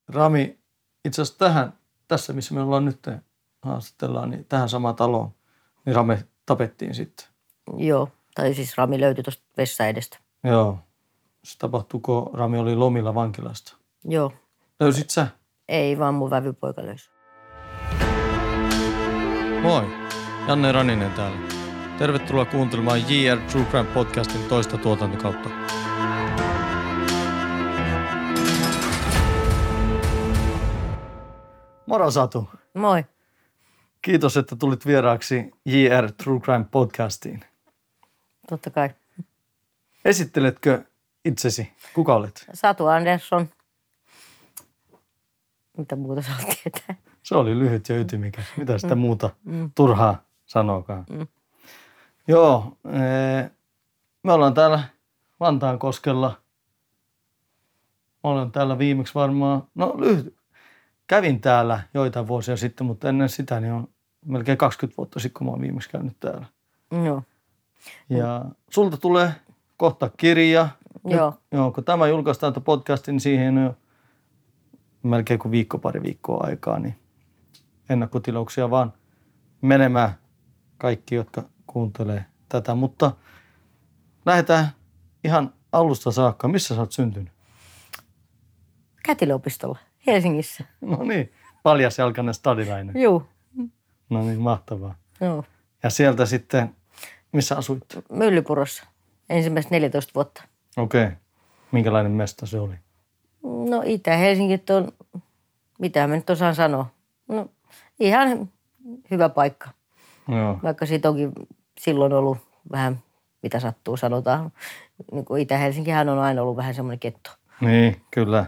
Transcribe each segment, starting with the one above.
Rami, itse asiassa tässä missä me ollaan nyt haastatellaan, niin tähän samaan taloon, niin Rame tapettiin sitten. Joo, tai siis Rami löytyi tuosta vessaedestä. Joo. Se tapahtui, kun Rami oli lomilla vankilasta. Joo. Löysit sä? Ei, vaan mun vävypoika löysi. Moi, Janne Raninen täällä. Tervetuloa kuuntelemaan JR True Crime podcastin toista tuotantokautta. Moro Satu. Moi. Kiitos, että tulit vieraaksi JR True Crime podcastiin. Totta kai. Esitteletkö itsesi? Kuka olet? Satu Andersson. Mitä muuta sä olet tietää? Se oli lyhyt ja ytimikäs. Mitä sitä muuta turhaa sanookaan. Joo, me ollaan täällä Vantaankoskella. Olen täällä viimeksi varmaan, kävin täällä joitain vuosia sitten, mutta ennen sitä niin on melkein 20 vuotta sitten, kun mä oon viimeksi käynyt täällä. Joo. Ja sulta tulee kohta kirja. Joo. Kun tämä julkaistaan tämän podcastin, niin siihen on jo melkein kuin pari viikkoa aikaa, niin ennakkotilauksia vaan menemään kaikki, jotka kuuntelee tätä. Mutta lähdetään ihan alusta saakka. Missä sä oot syntynyt? Kätilöopistolla Helsingissä. No niin, paljasjalkainen stadilainen. Joo. No niin, mahtavaa. Joo. Ja sieltä sitten, missä asuit? Myllypurossa. Ensimmäistä 14 vuotta. Okei. Minkälainen mesta se oli? No Itä-Helsinki on, mitä mä nyt osaan sanoa. No ihan hyvä paikka. Joo. Vaikka siitä onkin silloin ollut vähän, mitä sattuu sanotaan. Niin kuin Itä-Helsinkihän on aina ollut vähän semmoinen ketto. Niin, kyllä.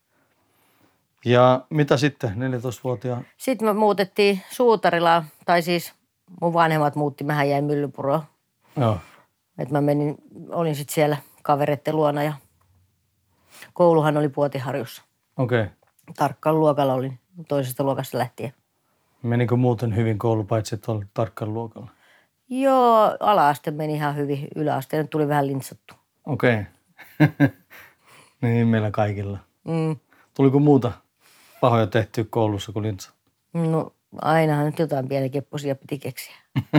Ja mitä sitten 14-vuotiaan? Sitten me muutettiin Suutarilaan, tai siis mun vanhemmat muutti, mähän jäin Myllypuroon. Joo. Että mä olin sitten siellä kavereitten luona ja kouluhan oli Puotiharjussa. Okei. Tarkkaan luokalla olin toisesta luokasta lähtien. Menikö muuten hyvin koulu, paitsi että olit tarkkaan luokalla? Joo, ala-aste meni ihan hyvin. Yläaste tuli vähän lintsattu. Okei. Niin meillä kaikilla. Mm. Tuliko muuta pahoja tehtyä koulussa kuin lintsa? No ainahan nyt jotain pienekepposia piti keksiä.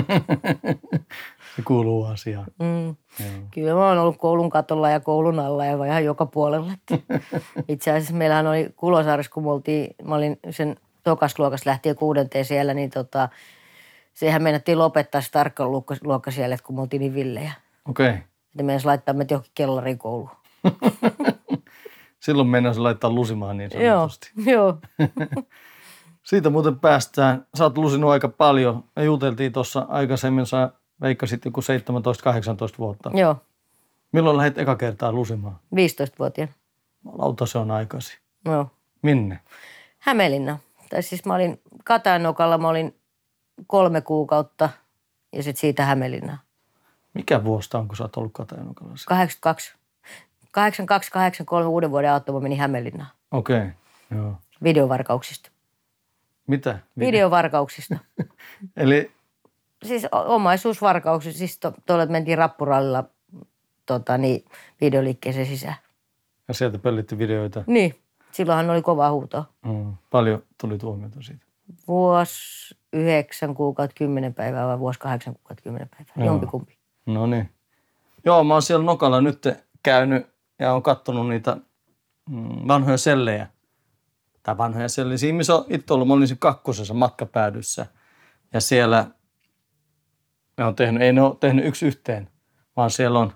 Se kuuluu asiaan. Kyllä mä oon ollut koulun katolla ja koulun alla ja ihan joka puolella. Itse asiassa meillähän oli Kulosaaressa, kun mä olin sen tokasluokasta lähtien 6. siellä, niin sehän meinattiin lopettaa se tarkkaluokka siellä, kun me oltiin niin villejä. Okei. Että meinasi laittaa meitä johonkin kellariin kouluun. Silloin meinasi laittaa lusimaan niin sanotusti. Joo. Siitä muuten päästään. Sä oot lusinut aika paljon. Me juteltiin tuossa aikaisemmin, sä veikkasit joku 17-18 vuotta. Joo. Milloin lähdit eka kertaa lusimaan? 15-vuotiaana. Lauta, se on aikaisin. Joo. Minne? Hämeenlinna. Tai siis mä olin Katajanokalla, mä olin 3 kuukautta ja sitten siitä Hämeenlinnaan. Mikä vuosta on, kun sä oot ollut Katajanokalla? 82. 82-83 uuden vuoden aatto mä menin Hämeenlinnaan. Okei, joo. Videovarkauksista. Mitä? Videovarkauksista. Eli? Siis omaisuusvarkauksista. Siis tuolla mentiin rappurallilla videoliikkeeseen sisään. Ja sieltä pöllitti videoita? Niin. Silloinhan oli kovaa huutoa. Paljon tuli tuomiota siitä? Vuosi 9 kuukautta 10 päivää vai vuosi 8 kuukautta 10 päivää. Joo. Jompikumpi. No niin. Joo, mä oon siellä Nokalla nyt käynyt ja oon katsonut niitä vanhoja sellejä. Tai vanhoja sellejä. Siinä missä on itse ollut, mä olin siinä 2. matkapäädyssä. Ja siellä ei ne ole tehnyt yksi yhteen, vaan siellä on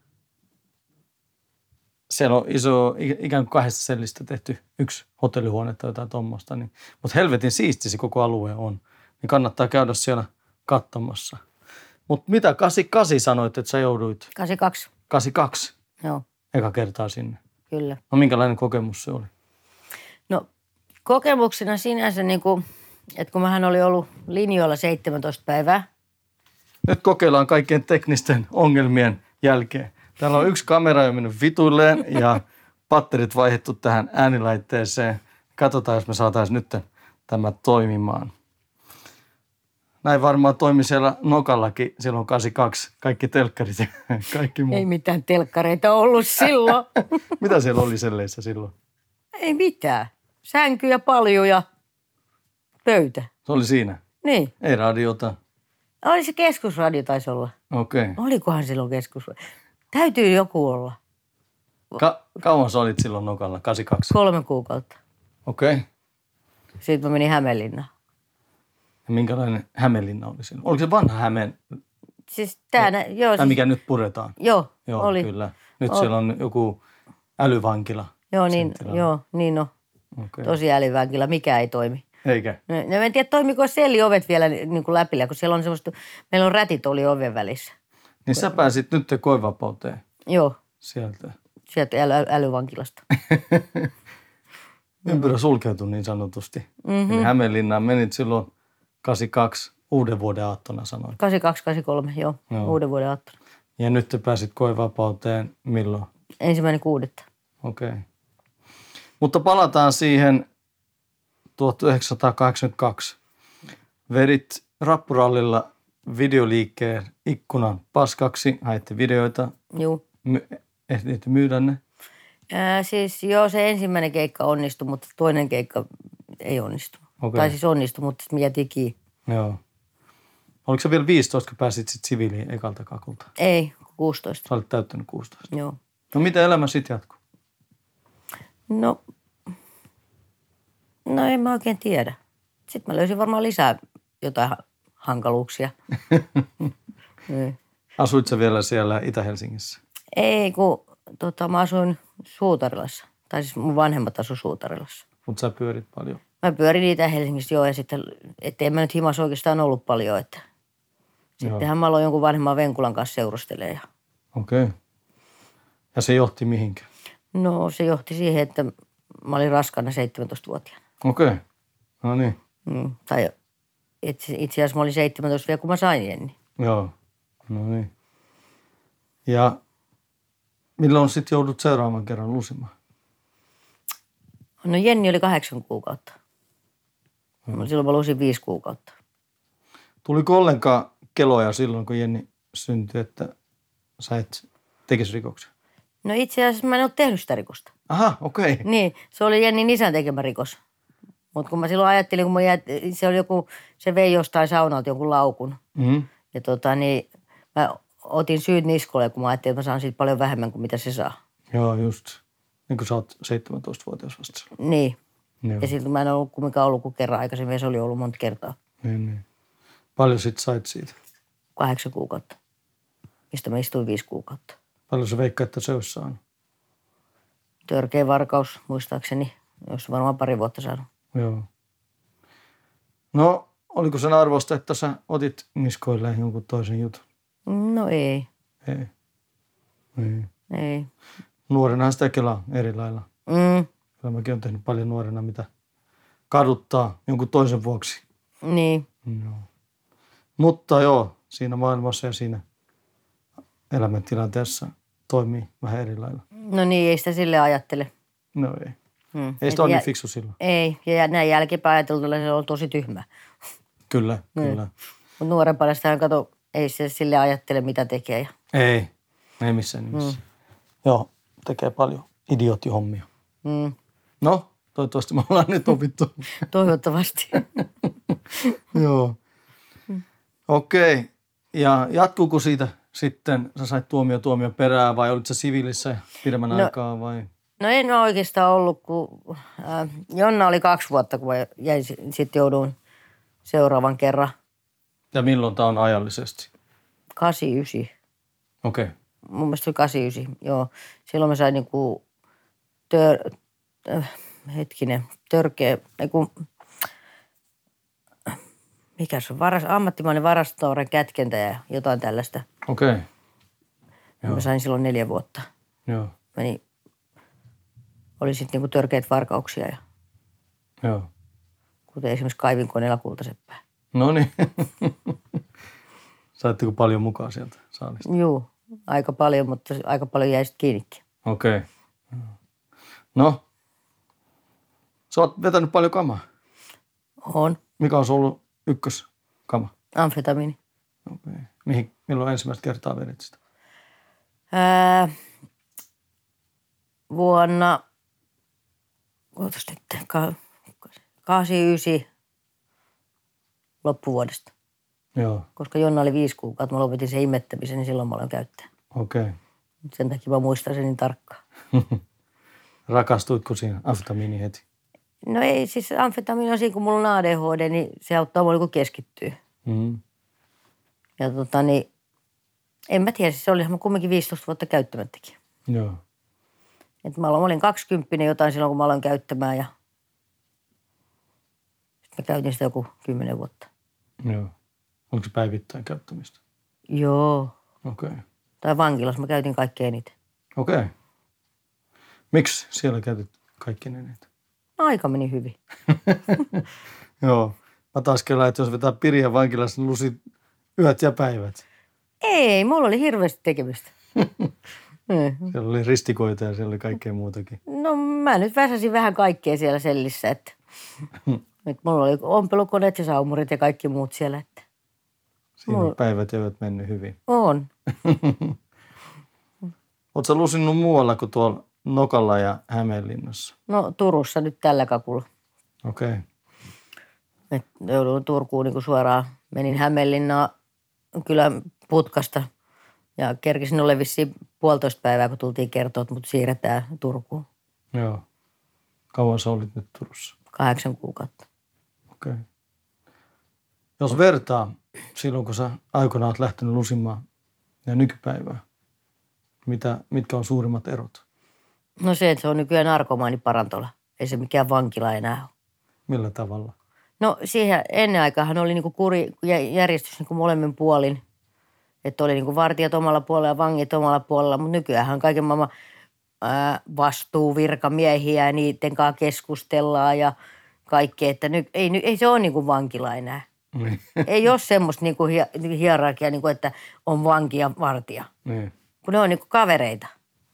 iso, ikään kuin 2 sellistä tehty yksi hotellihuone tai jotain tuommoista. Niin. Mutta helvetin siisti se koko alue on. Niin kannattaa käydä siellä katsomassa. Mutta mitä 88 sanoit, että sä jouduit? 82. 82? Joo. Eka kertaa sinne. Kyllä. No minkälainen kokemus se oli? No kokemuksena sinänsä, että kun mähän olin ollut linjoilla 17 päivää. Nyt kokeillaan kaikkien teknisten ongelmien jälkeen. Täällä on yksi kamera jo mennyt vituilleen ja patterit vaihdettu tähän äänilaitteeseen. Katsotaan, jos me saataisiin nyt tämä toimimaan. Näin varmaan toimi siellä Nokallakin silloin 82, kaikki telkkarit ja kaikki muu. Ei mitään telkkareita ollut silloin. Mitä siellä oli selleissä silloin? Ei mitään. sänky ja palju ja pöytä. Se oli siinä. Niin. Ei radiota. Oli se keskusradio taisi olla. Okei. Okay. Olikohan silloin keskusradio? Täytyy joku olla. Kauan sä olit silloin Nokalla? 82? 3 kuukautta. Okei. Okay. Sitten mä menin Hämeenlinnaan. Ja minkälainen Hämeenlinna oli silloin? Oliko se vanha Hämeen? Siis tää, joo. Tai mikä nyt puretaan? Joo, oli. Kyllä. Nyt siellä on joku älyvankila. Joo, niin on. Okay. Tosi älyvankila. Mikä ei toimi. Eikä? No, en tiedä, toimiko selliovet vielä niin kuin läpillä, kun siellä on semmoista, meillä on rätit oli oven välissä. Niin sä pääsit nyt koevapauteen? Joo. Sieltä älyvankilasta. Ympyrä sulkeutui niin sanotusti. Eli Hämeenlinnaan menit silloin 82 uuden vuoden aattona sanoin. 82-83, joo. Uuden vuoden aattona. Ja nyt te pääsit koevapauteen milloin? 1.6. Okei. Okay. Mutta palataan siihen 1982. Verit rappurallilla videoliikkeen ikkunan paskaksi, haitte videoita. Joo. Ehditte myydä ne? Siis joo, se ensimmäinen keikka onnistui, mutta toinen keikka ei onnistu. Okay. Tai siis onnistui, mutta sitten jätiin kiinni. Joo. Oliko se vielä 15, kun pääsit sitten siviiliin ekalta kakulta? Ei, 16. Sä olet täyttänyt 16. Joo. No miten elämä sitten jatkuu? No en mä oikein tiedä. Sitten mä löysin varmaan lisää jotain hankaluuksia. Asuit sä vielä siellä Itä-Helsingissä? Ei, kun mä asuin Suutarilassa. Tai siis mun vanhemmat asu Suutarilassa. Mutta sä pyörit paljon? Mä pyörin Itä-Helsingissä joo ja sitten, ettei mä nyt himas oikeastaan ollut paljon, että sittenhän mä aloin jonkun vanhemman Venkulan kanssa seurustelemaan. Okei. Ja se johti mihinkään? No se johti siihen, että mä olin raskaana 17-vuotiaana. Okei. No niin. Tai itse asiassa mä olin 17 vielä, kun mä sain Jenni. Joo. No niin. Ja milloin sitten joudut seuraavan kerran lusimaan? No Jenni oli 8 kuukautta. Silloin mä lusin 5 kuukautta. Tuliko ollenkaan keloja silloin, kun Jenni syntyi, että sä et tekisi rikoksia? No itse asiassa mä en ole tehnyt sitä rikosta. Aha, okei. Okay. Niin, se oli Jennin isän tekemä rikos. Mutta kun mä silloin ajattelin, kun se vei jostain saunalta jonkun laukun. Mm-hmm. Ja niin mä otin syyt niskolle, kun mä ajattelin, että mä saan siitä paljon vähemmän kuin mitä se saa. Joo, just. Niin kuin sä oot 17-vuotias vasta silloin. Niin. Joo. Ja siltä mä en ollut kumminkaan ollut kuin kerran aikaisemmin, ja se oli ollut monta kertaa. Niin. Paljon sit sait siitä? 8 kuukautta, mistä mä istuin 5 kuukautta. Paljon sä veikkaat, että se olisi saanut? Törkeä varkaus, muistaakseni, jos varmaan 2 vuotta saanut. Joo. No, oliko sen arvosta, että sä otit niskoilleen jonkun toisen jutun? No ei. Ei. Nuorenahan sitä kelaa eri lailla. Kyllä mäkin olen tehnyt paljon nuorena, mitä kaduttaa jonkun toisen vuoksi. Niin. Joo. Mutta joo, siinä maailmassa ja siinä elämäntilanteessa toimii vähän eri lailla. No niin, ei sitä sille ajattele. No ei. Ei sitä ole niin fiksu silloin. Ei, ja näin jälkeenpäin ajateltuna se on tosi tyhmä. Kyllä. Mutta nuorempana sitä kato, ei se sille ajattele, mitä tekee. Ei missään nimessä. Joo, tekee paljon idioottihommia. No, toivottavasti me ollaan nyt opittu. Toivottavasti. Joo. Okei. Ja jatkuuko siitä sitten, sä sait tuomio perään vai olit sä siviilissä pidemmän aikaa vai? No en ole oikeastaan ollut, kun Jonna oli 2 vuotta, kun mä sitten jouduin seuraavan kerran. Ja milloin tää on ajallisesti? 89. Okei. Mun mielestä oli 89, joo. Silloin mä sain niinku törkeä, mikä se on, ammattimainen varastoren kätkentä ja jotain tällaista. Okei. Mä sain silloin 4 vuotta. Joo. Oli sitten niinku törkeät varkauksia ja joo. Kuten esimerkiksi kaivinkoneella kultaseppää. No niin. Saitteko paljon mukaan sieltä saalista? Joo, aika paljon, mutta aika paljon jäi sitten kiinnikin. Okei. No, sä oot vetänyt paljon kamaa. On. Mikä on ollut ykköskama? Amfetamiini. Okei. Milloin ensimmäistä kertaa vedit sitä? Vuonna Ootas nyt, 89 loppuvuodesta. Joo, Koska Jonna oli 5 kuukautta, mä lopetin sen imettämisen, niin silloin mä aloin käyttää. okei. Sen takia mä muistan sen niin tarkkaan. Rakastuitko siinä amfetamiini heti? No ei, siis amfetamiini on siinä, kun mulla on ADHD, niin se auttaa mua niin keskittyä. Mm. Ja niin, en mä tiedä, siis se oli mä kumminkin 15 vuotta käyttämättäkin. Joo. Et mä olin 20 jotain silloin, kun mä aloin käyttämään ja sitten mä käytin sitä joku 10 vuotta. Joo. Onko se päivittäin käyttämistä? Joo. Okei. Tai vankilassa mä käytin kaikkein eniten. Okei. Miksi siellä käytit kaikki niitä? Aika meni hyvin. Joo. Mä taas kellaan, että jos vetää Piriä vankilassa, niin lusit yöt ja päivät. Ei, mulla oli hirveästi tekemistä. Siellä oli ristikoita ja siellä oli kaikkea muutakin. No mä nyt väsäsin vähän kaikkea siellä sellissä, että mulla oli ompelukoneet ja saumurit ja kaikki muut siellä, että Siinä on päivät ja yöt mennyt hyvin. on. Oletko sä lusinnut muualla kuin tuolla Nokalla ja Hämeenlinnassa? No Turussa nyt tällä kakulla. Okei. Et jouduin Turkuun niin kuin suoraan. Menin Hämeenlinnaan kylän putkasta ja kerkisin olla vissiin 1,5 päivää, kun tultiin kertoa, että mut siirretään Turkuun. Joo. Kauan sä olit nyt Turussa? 8 kuukautta. Okei. Jos vertaa silloin, kun sä aikoinaan olet lähtenyt lusimaan ja nykypäivää, mitkä on suurimmat erot? No se, että se on nykyään narkomaaniparantola. Ei se mikään vankila enää ole. Millä tavalla? No siihen ennen aikahan oli niinku järjestys niinku molemmin puolin. Että oli niinku vartijat omalla puolella ja vangit omalla puolella. Mutta nykyäänhän kaiken maailman vastuuvirkamiehiä ja niiden kanssa keskustellaan ja kaikkea. Että ei se ole niinku vankila enää. Niin. Ei ole semmoista niinku hierarkiaa, niinku, että on vanki ja vartija. Niin. Kun ne on niinku kavereita.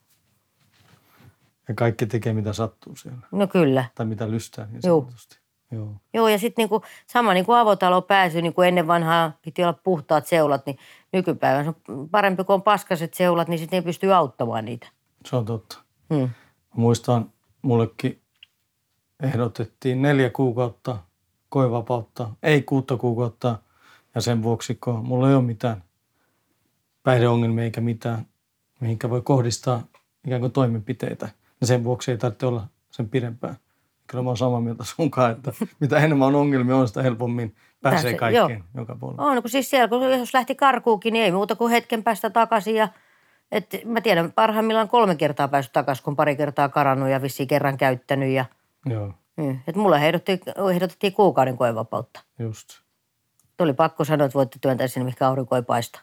Ja kaikki tekee mitä sattuu siellä. No kyllä. Tai mitä lystää niin Joo. sanotusti. Joo. Joo, ja sitten niinku, sama niin kuin avotalo pääsy, niin kuin ennen vanhaa piti olla puhtaat seulat, niin nykypäivän se on parempi, kun on paskaset seulat, niin sitten ei pysty auttamaan niitä. Se on totta. Hmm. Muistan, mullekin ehdotettiin 4 kuukautta koevapautta, ei 6 kuukautta. Ja sen vuoksi, kun mulla ei ole mitään päihdeongelmia eikä mitään, mihinkä voi kohdistaa ikään kuin toimenpiteitä. Ja sen vuoksi ei tarvitse olla sen pidempään. Kyllä mä oon samaa mieltä sunkaan, että mitä enemmän on ongelmia, on sitä helpommin pääsee kaikkeen joka puolella. On, kun siis siellä, kun jos lähti karkuukin, niin ei muuta kuin hetken päästä takaisin. Ja, mä tiedän, parhaimmillaan 3 kertaa päässyt takaisin, kun 2 kertaa karannut ja vissiin kerran käyttänyt. Ja, Joo, että mulle ehdotettiin kuukauden koevapautta. just. Tuli pakko sanoa, että voitte työntää sinne, mikä aurinko ei paista.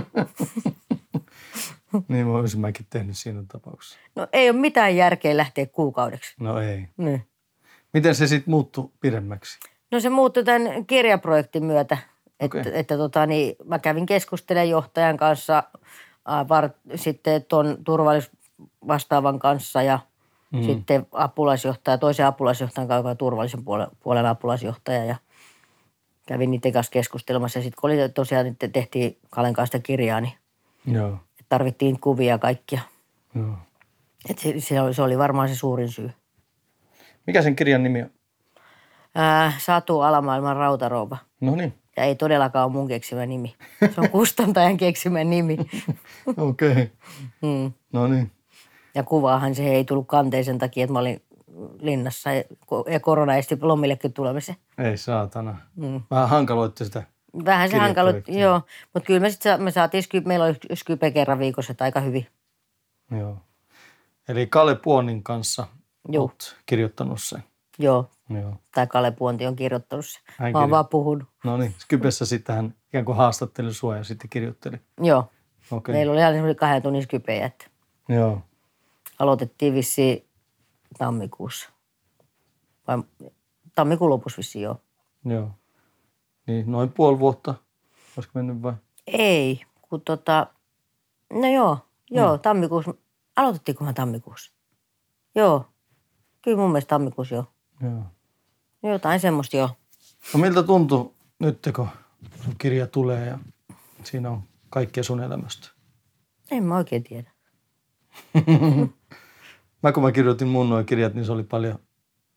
Niin mä olisin mäkin tehnyt siinä tapauksessa. No ei ole mitään järkeä lähteä kuukaudeksi. No ei. Niin. Miten se sitten muuttui pidemmäksi? No se muuttui tämän kirjaprojektin myötä. Okei. Että mä kävin keskustelemaan johtajan kanssa, sitten tuon turvallisuusvastaavan kanssa ja sitten toisen apulaisjohtajan kanssa, joka on turvallisen puolen apulaisjohtaja. Ja kävin niiden kanssa keskustelemassa ja sitten kun oli tosiaan, että tehtiin Kalen kanssa sitä kirjaa, niin Joo, tarvittiin kuvia ja kaikkia. joo. Että se oli varmaan se suurin syy. Mikä sen kirjan nimi on? Satu Alamaailman rautarouva. No niin. Ja ei todellakaan ole mun keksimä nimi. Se on kustantajan keksimä nimi. Okei. No niin. Ja kuvaahan se ei tullut kanteen sen takia, että mä olin linnassa ja korona esti lomillekin tulemisen. Ei saatana. Vähän hankaloitti sitä. Vähän se hankaloitti, kirjaprojektia. joo. Mutta kyllä me saatiin, meillä oli Skype kerran viikossa, että aika hyvin. Joo. Eli Kale Puonin kanssa Joo. olet kirjoittanut sen. Joo. Joo. Tai Kale Puonti on kirjoittanut se. Hän Mä oon vaan puhunut. No niin, Skypessä sitten hän ikään kuin haastatteli sua ja sitten kirjoitteli. Joo. Okei. Meillä oli ihan semmoinen 2 tunnin Skypeä, että Joo. aloitettiin vissiin tammikuussa. Vai tammikuun lopussa vissiin, joo. Joo. Niin noin 5 vuotta. Olisiko mennyt vai? Ei, kun no joo, tammikuussa. Aloitettiinkohan tammikuussa? Joo, kyllä mun mielestä tammikuussa joo. Joo. Jotain semmoista joo. No miltä tuntuu nyt, kun sun kirja tulee ja siinä on kaikkea sun elämästä? En mä oikein tiedä. Kun mä kirjoitin mun nuo kirjat, niin se oli paljon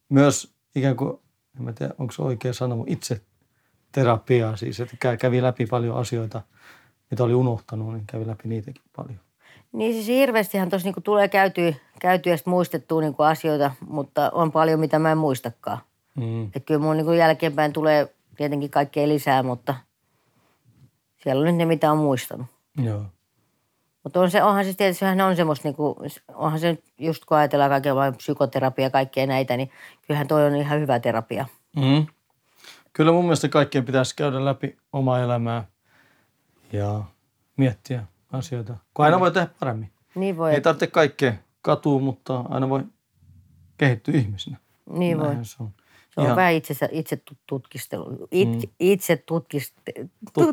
myös ikään kuin, en mä tiedä, onko se oikea sana, mutta itse terapiaa siis, että kävi läpi paljon asioita, mitä oli unohtanut, niin kävi läpi niitäkin paljon. Niin siis hirveästihan tuossa niinku tulee käytyä ja muistettua niinku asioita, mutta on paljon, mitä mä en muistakaan. Että kyllä mun niinku jälkeenpäin tulee tietenkin kaikkea lisää, mutta siellä on nyt ne, mitä on muistanut. Joo. Mutta onhan se tietysti, sehän on semmoista niinku, onhan se nyt just kun ajatellaan kaikenlainen psykoterapia ja kaikkea näitä, niin kyllähän toi on ihan hyvä terapia. Kyllä mun mielestä kaikkien pitäisi käydä läpi omaa elämää ja miettiä asioita, kun aina voi tehdä paremmin. Niin voi. Ei tarvitse kaikkea katua, mutta aina voi kehittyä ihmisenä. Niin Näinhän voi. se on. Se on Ihan vähän itse tutkistelu. Itse tutkistelua.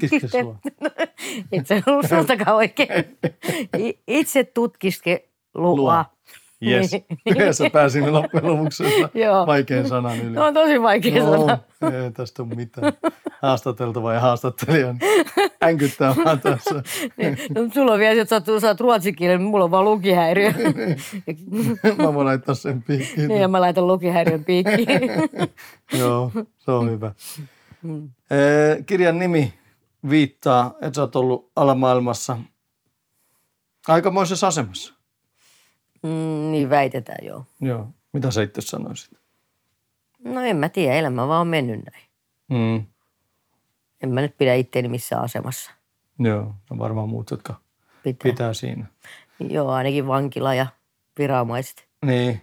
Itse sanotakaan oikein. Itse tutkiskelua. Yes. Niin. Yhdessä pääsimme loppujen lopuksi vaikean sanan yli. No on tosi vaikea sana. Ei tästä ole mitään. Haastateltava ja haastattelija änkyttää vaan tässä. No, sulla on vielä, että sä oot ruotsinkielinen, mulla on vaan lukihäiriö. Mä voin laittaa sen piikkiin. Niin, ja mä laitan lukihäiriön piikkiin. Joo, se on hyvä. Kirjan nimi viittaa, että sä oot ollut alamaailmassa aikamoisessa asemassa. Niin väitetään, joo. Joo. Mitä sä itse sanoisit? No en mä tiedä, elämä vaan on mennyt näin. En mä nyt pidä itteeni missään asemassa. Joo, on varmaan muut, jotka pitää siinä. Joo, ainakin vankila ja viranomaiset. Niin.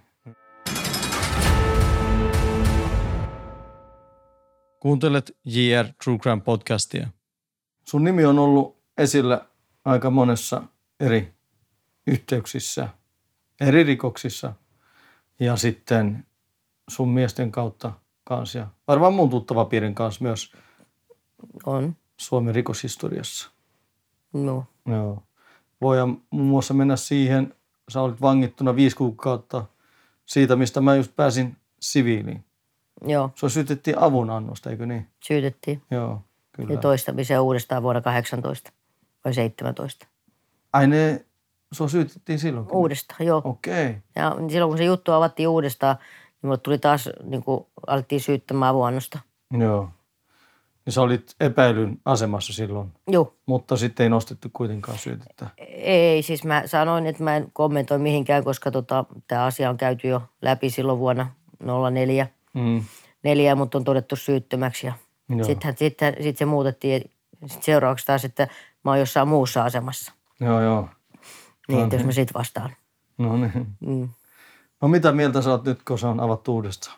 Kuuntelet JR True Crime podcastia. Sun nimi on ollut esillä aika monessa eri yhteyksissä, eri rikoksissa ja sitten sun miesten kautta kanssa ja varmaan mun tuttavapiirin kanssa myös On. Suomen rikoshistoriassa. No. Joo. Voidaan muun muassa mennä siihen, sä olit vangittuna 5 kuukautta siitä, mistä mä just pääsin siviiliin. Joo, Se syytettiin avunannosta, eikö niin? syytettiin. Joo, kyllä. Ja toistamiseen uudestaan vuonna 18 vai 17. Ai ne, sua syytettiin silloinkin? Uudestaan, joo. Okei. Ja silloin kun se juttu avattiin uudestaan, niin mulle tuli taas, niin kuin alettiin syyttämään avunannosta. Joo. Niin sä olit epäilyn asemassa silloin, Joo. mutta sitten ei nostettu kuitenkaan syytettä. Ei, siis mä sanoin, että mä en kommentoi mihinkään, koska tämä asia on käyty jo läpi silloin vuonna 04. 4, mutta on todettu syyttömäksi. Ja sitten se muutettiin sit seuraavaksi taas, että mä oon jossain muussa asemassa. Joo. Niin, että jos mä sit vastaan. No niin. No mitä mieltä sä oot nyt, kun se on avattu uudestaan?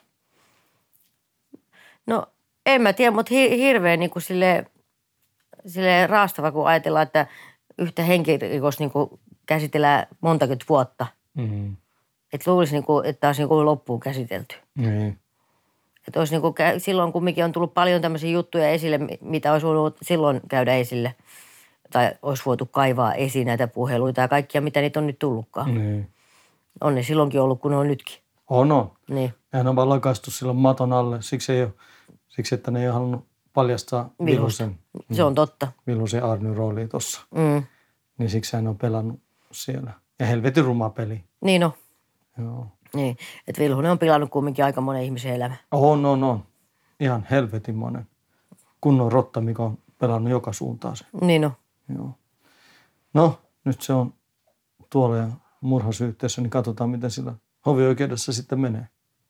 No en mä tiedä, mutta hirveän niin kuin silleen raastava, kun ajatellaan, että yhtä henkirikos niin kuin käsitellään montakymmentä vuotta. Että luulisi, niin kuin, että taas niin kuin loppuun käsitelty. Niin. Että olisi niin kuin, silloin kumminkin on tullut paljon tämmöisiä juttuja esille, mitä olisi voinut silloin käydä esille. Tai olisi voitu kaivaa esiin näitä puheluita ja kaikkia, mitä niitä on nyt tullutkaan. Niin. On ne silloinkin ollut, kun ne on nytkin. On. Niin. Nehän on vaan lakaistu silloin maton alle. Siksi että ne ei ole halunnut paljastaa Vilhusen. Se on totta. Vilhusen Arnyn roolia tuossa. Niin siksi hän on pelannut siellä. Ja helvetin ruma peli. Niin on. Joo. Niin, että Vilhunen on pilannut kumminkin aika monen ihmisen elämän. On. Ihan helvetin monen. Kunnon rotta, mikä on pelannut joka suuntaan sen. Niin on. Joo. No, nyt se on tuolla ja murhasyytteessä, niin katsotaan, miten sillä hovioikeudessa sitten menee.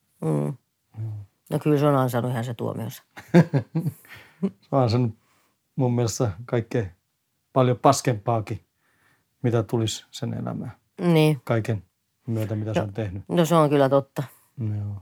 No kyllä se on ansainnut ihan se tuomionsa. Se on ansainnut mun mielestä kaikkein paljon paskempaakin, mitä tulisi sen elämään. Niin. Kaiken myötä, mitä se on tehnyt. No se on kyllä totta. Joo.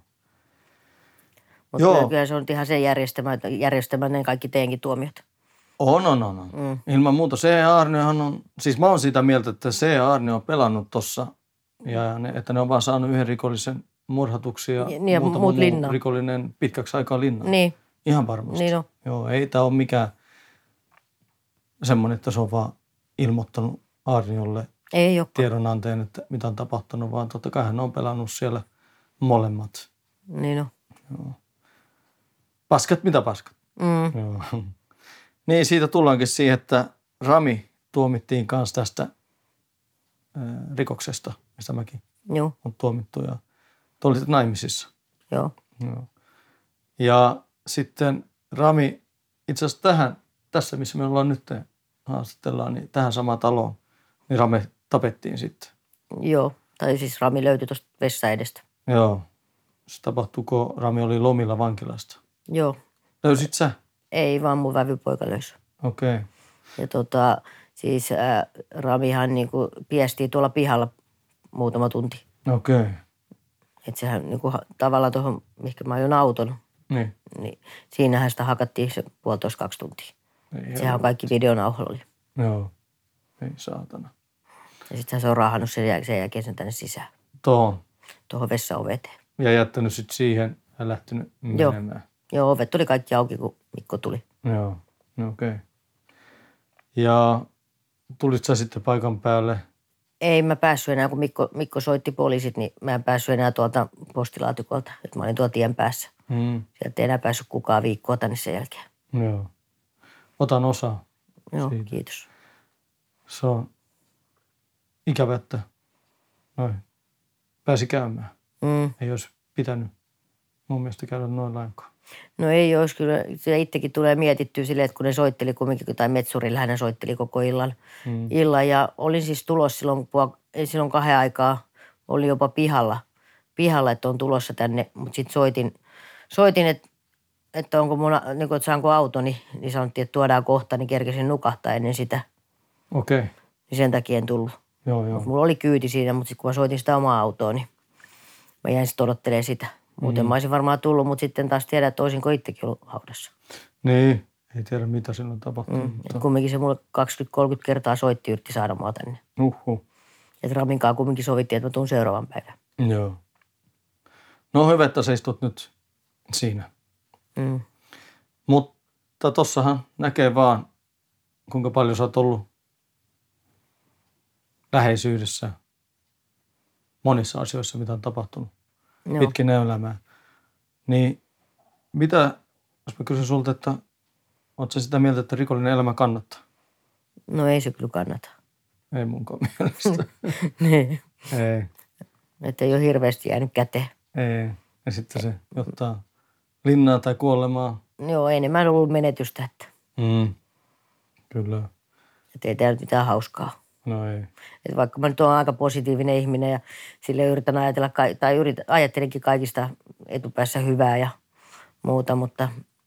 Mutta kyllä se on ihan sen järjestämään kaikki teidänkin tuomiot. On. Ilman muuta. C.A. on, siis mä oon sitä mieltä, että C.A. on pelannut tossa ja että ne on vaan saanut yhden rikollisen murhatuksi ja muutama muu rikollinen pitkäksi aikaa linnaan. Niin. Ihan varmasti. Niin on. Joo, ei tää ole mikään semmoinen, että se on vaan ilmoittanut Aarniolle tiedonanteen, että mitä on tapahtunut, vaan totta kai hän on pelannut siellä molemmat. Niin on. Joo. Paskat mitä paskat. Joo. Niin, siitä tullaankin siihen, että Rami tuomittiin kanssa tästä rikoksesta, mistä mäkin Joo. on tuomittu. Ja te olitte naimisissa. Joo. Joo. Ja sitten Rami, itse asiassa tässä missä me ollaan nyt haastatellaan, niin tähän samaan taloon, niin Rami tapettiin sitten. Joo, tai siis Rami löytyi tuosta vessaedestä. Joo. Se tapahtui, kun Rami oli lomilla vankilasta. Joo. Löysit sä? Ei, vaan mun vävypoika löysi. Okei. Okay. Ja siis Ramihan niinku piestii tuolla pihalla muutama tunti. Okei. Okay. Että sehän niinku tavallaan tuohon, mihinkä mä ajoin auton, niin siinähän sitä hakattiin se 1,5–2 tuntia. Sehän on kaikki videonauhalla oli. Joo. Ei saatana. Ja sittenhän se on raahannut sen jälkeen sen tänne sisään. Tuohon vessaoveteen. Ja jättänyt sitten siihen ja lähtenyt menemään. Joo, ovet tuli kaikki auki, kun Mikko tuli. Joo, okei. Okay. Ja tulit sä sitten paikan päälle? Ei mä päässyt enää, kun Mikko soitti poliisit, niin mä en päässyt enää tuolta postilaatikolta. Että mä olin tuolla tien päässä. Sieltä ei enää päässyt kukaan viikkoa tänne sen jälkeen. Joo. Otan osaa. Joo, siitä. Kiitos. Se on ikävä, että pääsi käymään. Ei olisi pitänyt mun mielestä käydä noin lainkaan. No ei olisi kyllä. Se itsekin tulee mietittyä silleen, että kun ne soitteli kumminkin, tai metsurilla hän soitteli koko illan. Ja olin siis tulossa silloin 2 aikaa. Olin jopa pihalla, että on tulossa tänne. Mutta sitten soitin että onko mun, niin kun, että saanko autoni, niin sanottiin, että tuodaan kohta, niin kerkesin nukahtaa ennen sitä. Okei. Okay. Niin sen takia en tullut. Joo. Mulla oli kyyti siinä, mutta sitten kun mä soitin sitä omaa autoa, niin mä jäin sitten odottelemaan sitä. Muuten mä olisin varmaan tullut, mutta sitten taas tiedä, että olisinko itsekin ollut haudassa. Niin, ei tiedä mitä silloin tapahtuu. Mutta... Kumminkin se mulle 20-30 kertaa soitti, yritti saada mua tänne. Että Raminkaan kumminkin sovittiin, että mä tuun seuraavan päivän. Joo. No hyvä, että sä istut nyt siinä. Mutta tossahan näkee vaan, kuinka paljon sä oot ollut läheisyydessä monissa asioissa, mitä on tapahtunut pitkin elämää. Niin mitä, jos mä kysyn sulta, että oot sä sitä mieltä, että rikollinen elämä kannattaa? No ei se kyllä kannata. Ei munkaan mielestä. Niin. Ei. Että ei ole hirveästi jäänyt käteen. Ei. Ja sitten se johtaa linnaa tai kuolemaa. Joo, enemmän ollut menetystä. Että. Kyllä. Että ei täällä mitään hauskaa. No ei. Että vaikka mä nyt oon aika positiivinen ihminen ja sille yritän ajatella, ajattelenkin kaikista etupäässä hyvää ja muuta, mutta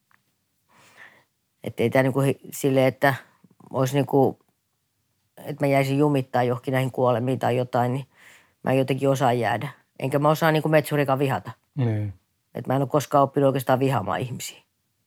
että ei tää niinku silleen, että olisi niinku, että mä jäisin jumittaa johonkin näihin kuolemiin tai jotain, niin mä en jotenkin osaa jäädä. Enkä mä osaa niinku metsurikaan vihata. Niin. Että mä en ole koskaan oppinut oikeastaan vihaamaan ihmisiä.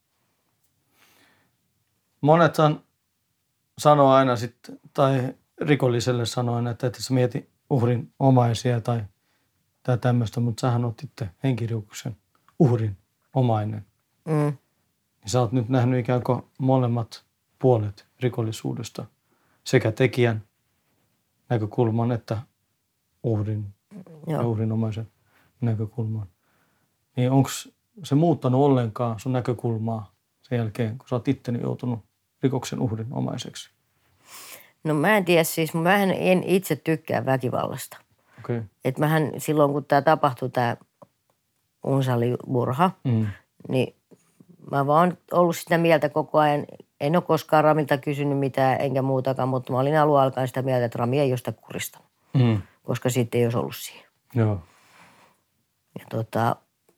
Monethan sanoo aina sitten, tai rikolliselle sanoo aina, että et sä mieti uhrin omaisia tai tämmöistä, mutta sähän oot itse henkirikoksen uhrin omainen. Niin sä oot nyt nähnyt ikään kuin molemmat puolet rikollisuudesta, sekä tekijän näkökulman että uhrin ja uhrinomaisen näkökulman. Niin onko se muuttanut ollenkaan sun näkökulmaa sen jälkeen, kun sä oot itse joutunut rikoksen uhrin omaiseksi? No mä en tiedä siis, mähän en itse tykkää väkivallasta. Okay. Että mähän silloin, kun tämä tapahtui, tämä Unsali-murha, niin mä vaan ollut sitä mieltä koko ajan. En ole koskaan Ramilta kysynyt mitään enkä muutakaan, mutta mä olin alun alkaen sitä mieltä, että Rami ei ole sitä kuristanut, koska siitä ei olisi ollut siihen. Joo. Ja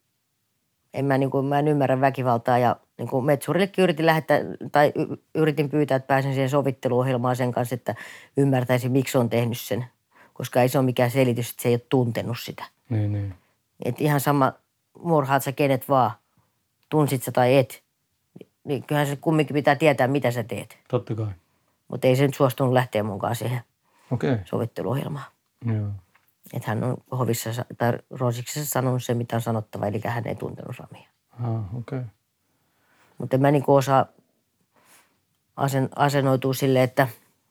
mä en ymmärrä väkivaltaa ja niin kuin metsurillekin yritin pyytää, että pääsen siihen sovitteluohjelmaan sen kanssa, että ymmärtäisin, miksi on tehnyt sen. Koska ei se ole mikään selitys, että se ei ole tuntenut sitä. Niin. Että ihan sama, murhaat sä kenet vaan, tunsit sä tai et. Niin kyllähän se kumminkin pitää tietää, mitä sä teet. Totta kai. Mutta ei se nyt suostunut lähteä mukaan siihen sovitteluohjelmaan. Joo. Että hän on hovissa tai Rosiksessa sanonut se, mitä on sanottava, eli hän ei tuntenut Ramia. Okei. Mutta en mä niin osaa asennoitua silleen, että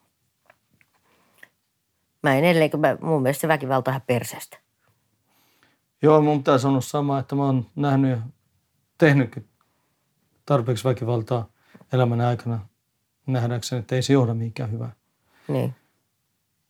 mä en edelleen, mun mielestä se väkivalta on ihan perseestä. Joo, mun pitää sanoa sama, että mä oon nähnyt ja tehnytkin tarpeeksi väkivaltaa elämän aikana nähdäkseni, että ei se johda mihinkään hyvää. Niin.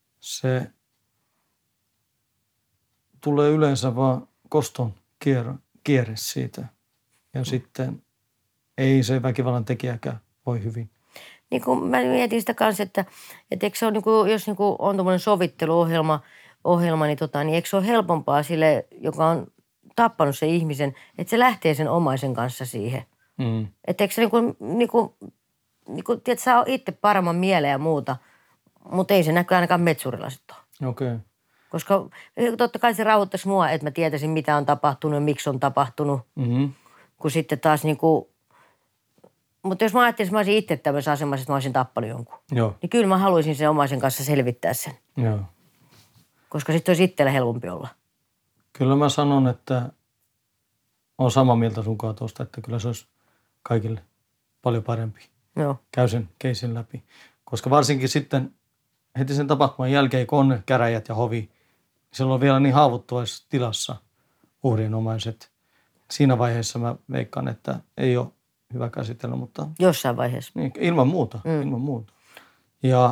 Se tulee yleensä vaan koston kierre siitä. Ja sitten ei se väkivallan tekijäkään voi hyvin. Niin kuin mä mietin sitä kanssa, että eikö se ole, niin kuin, jos niin kuin on tuommoinen sovitteluohjelma, niin eikö se ole helpompaa sille, joka on tappanut sen ihmisen, että se lähtee sen omaisen kanssa siihen. Että eikö se tiedät, saa itse paremman mieleen ja muuta, mutta ei se näkyy ainakaan metsurilla sitten ole. Okei. Koska totta kai se rauhoittaisi mua, että mä tietäisin, mitä on tapahtunut ja miksi on tapahtunut. Kun sitten taas mutta jos mä ajattelin, että mä olisin itse tämmöisessä asemassa, että mä olisin tappanut jonkun. Joo. Niin kyllä mä haluaisin sen omaisen kanssa selvittää sen. Joo. Koska sitten olisi itsellä helpompi olla. Kyllä mä sanon, että olen samaa mieltä sunkaan tuosta, että kyllä se olisi kaikille paljon parempi. Joo. Käy sen keisin läpi. Koska varsinkin sitten heti sen tapahtuman jälkeen, kun on käräjät ja hovi, silloin on vielä niin haavoittuvassa tilassa uhrien omaiset. Siinä vaiheessa mä veikkaan, että ei ole hyvä käsitellä, mutta... Jossain vaiheessa. Niin, ilman muuta. Ja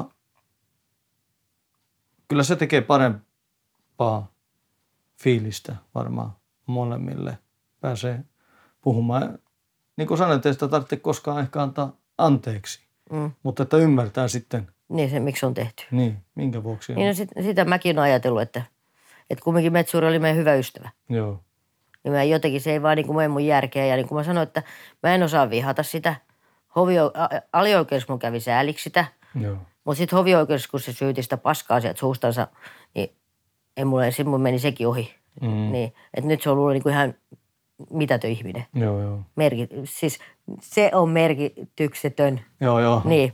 kyllä se tekee parempaa fiilistä varmaan molemmille. Pääsee puhumaan. Niin kuin sanoin, ei sitä tarvitse koskaan ehkä antaa anteeksi, mutta että ymmärtää sitten. Niin se, miksi on tehty. Niin, minkä vuoksi. Niin sitä mäkin olen ajatellut, että kumminkin metsuri oli meidän hyvä ystävä. Joo. Niin mä jotenkin se ei vaan niin kuin mene mun järkeä. Ja niin kuin mä sanoin, että mä en osaa vihata sitä. Alioikeudessa mun kävi sääliksi sitä. Joo. Mutta sitten hovioikeudessa, kun se syyti sitä paskaa sieltä suustansa, niin ei mulle, sitten mun meni sekin ohi. Niin, että nyt se on ollut niin kuin ihan mitätön ihminen. Joo. Siis se on merkityksetön. Joo. Niin.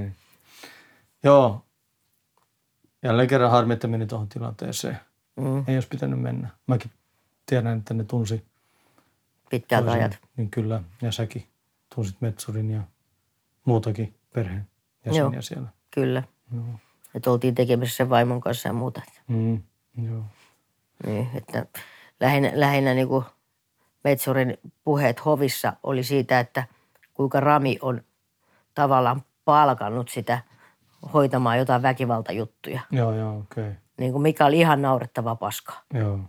Joo. Jälleen kerran harmi, että meni tuohon tilanteeseen. Ei olisi pitänyt mennä. Mäkin tiedän, että ne tunsi. Pitkältä toisen. ajat. Niin kyllä. Ja säkin tunsit metsurin ja muutakin perheen jäseniä siellä. Kyllä. Joo. Että oltiin tekemässä sen vaimon kanssa ja muuta. Joo. Niin, että lähinnä niin kuin metsurin puheet hovissa oli siitä, että kuinka Rami on tavallaan palkannut sitä hoitamaan jotain väkivaltajuttuja. Joo, okei. Niin kuin mikä oli ihan naurettavaa paskaa.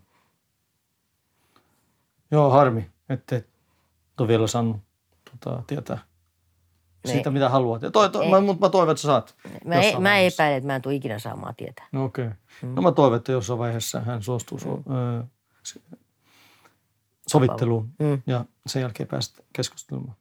Joo, harmi, ettei ole vielä saanut tietää siitä, mitä haluat. Mutta mä toivon, että sä saat. Mä epäilen, että mä en tule ikinä saamaan tietää. No okei. No mä toivon, että jossain vaiheessa hän suostuu sovitteluun ja sen jälkeen päästä keskustelemaan.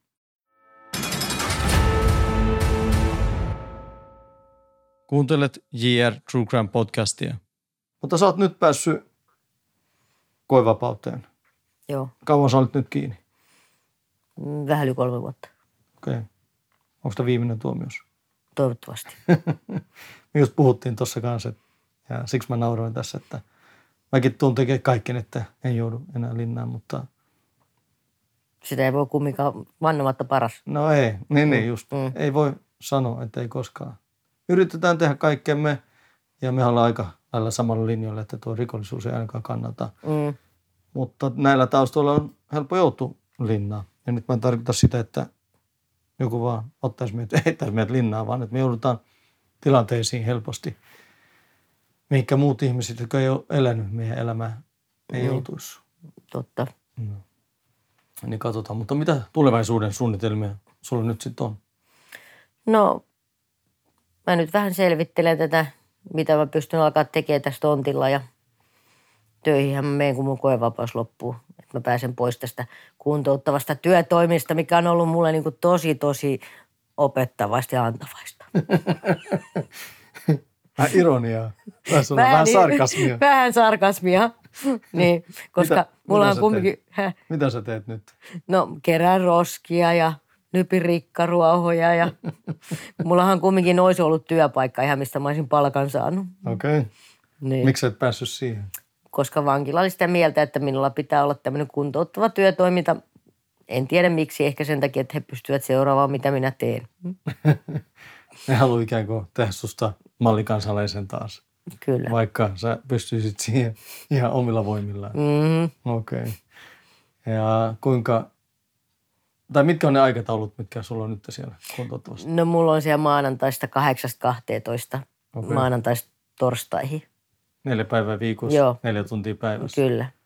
Kuuntelet JR True Crime podcastia. Mutta sä oot nyt päässyt koevapauteen. Joo. Kauan sä olit nyt kiinni? Vähän yli 3 vuotta. Okei. Onko tämä viimeinen tuomios? Toivottavasti. Me just puhuttiin tuossa kanssa, ja siksi mä nauroin tässä, että mäkin tuun tekemään kaiken, että en joudu enää linnaan, mutta... Sitä ei voi kumminkaan vannomatta paras. No ei, niin just. Ei voi sanoa, että ei koskaan. Yritetään tehdä kaikkemme, ja me ollaan aika lailla samalla linjalla, että tuo rikollisuus ei ainakaan kannata. Mutta näillä taustoilla on helppo joutua linnaan. Ja nyt mä en tarkoita sitä, että joku vaan ottaisi meitä, heittäisi meidät linnaan, vaan että me joudutaan tilanteisiin helposti, mihinkä muut ihmiset, jotka ei ole elänyt meidän elämää, ei joutuisi. Totta. Niin katsotaan. Mutta mitä tulevaisuuden suunnitelmia sulla nyt sitten on? No, mä nyt vähän selvittelen tätä, mitä mä pystyn alkaa tekemään tässä tontilla ja töihinhän mä menen, kun mun koevapaus loppuu. Että mä pääsen pois tästä kuntouttavasta työtoimista, mikä on ollut mulle niin kuin tosi opettavaista ja antavaista. Vähän ironiaa. Vähän sarkasmia. Vähän sarkasmia, niin, koska mulla on kumminkin... Mitä sä teet nyt? No, kerään roskia ja nypin rikkaruohoja ja mullahan kumminkin olisi ollut työpaikka ihan, mistä mä olisin palkan saanut. Okei. Niin. Miksi et päässyt siihen? Koska vankila oli sitä mieltä, että minulla pitää olla tämmöinen kuntouttava työtoiminta. En tiedä miksi, ehkä sen takia, että he pystyvät seuraamaan, mitä minä teen. Ne haluaa ikään kuin tehdä susta mallikansalaisen taas. Kyllä. Vaikka sä pystyisit siihen ihan omilla voimillaan. Okei. Ja mitkä on ne aikataulut, mitkä sulla on nyt siellä kuntouttavasti? No mulla on siellä maanantaista 8-12, maanantaista torstaihin. 4 päivää viikossa, Joo. 4 tuntia päivässä. Kyllä.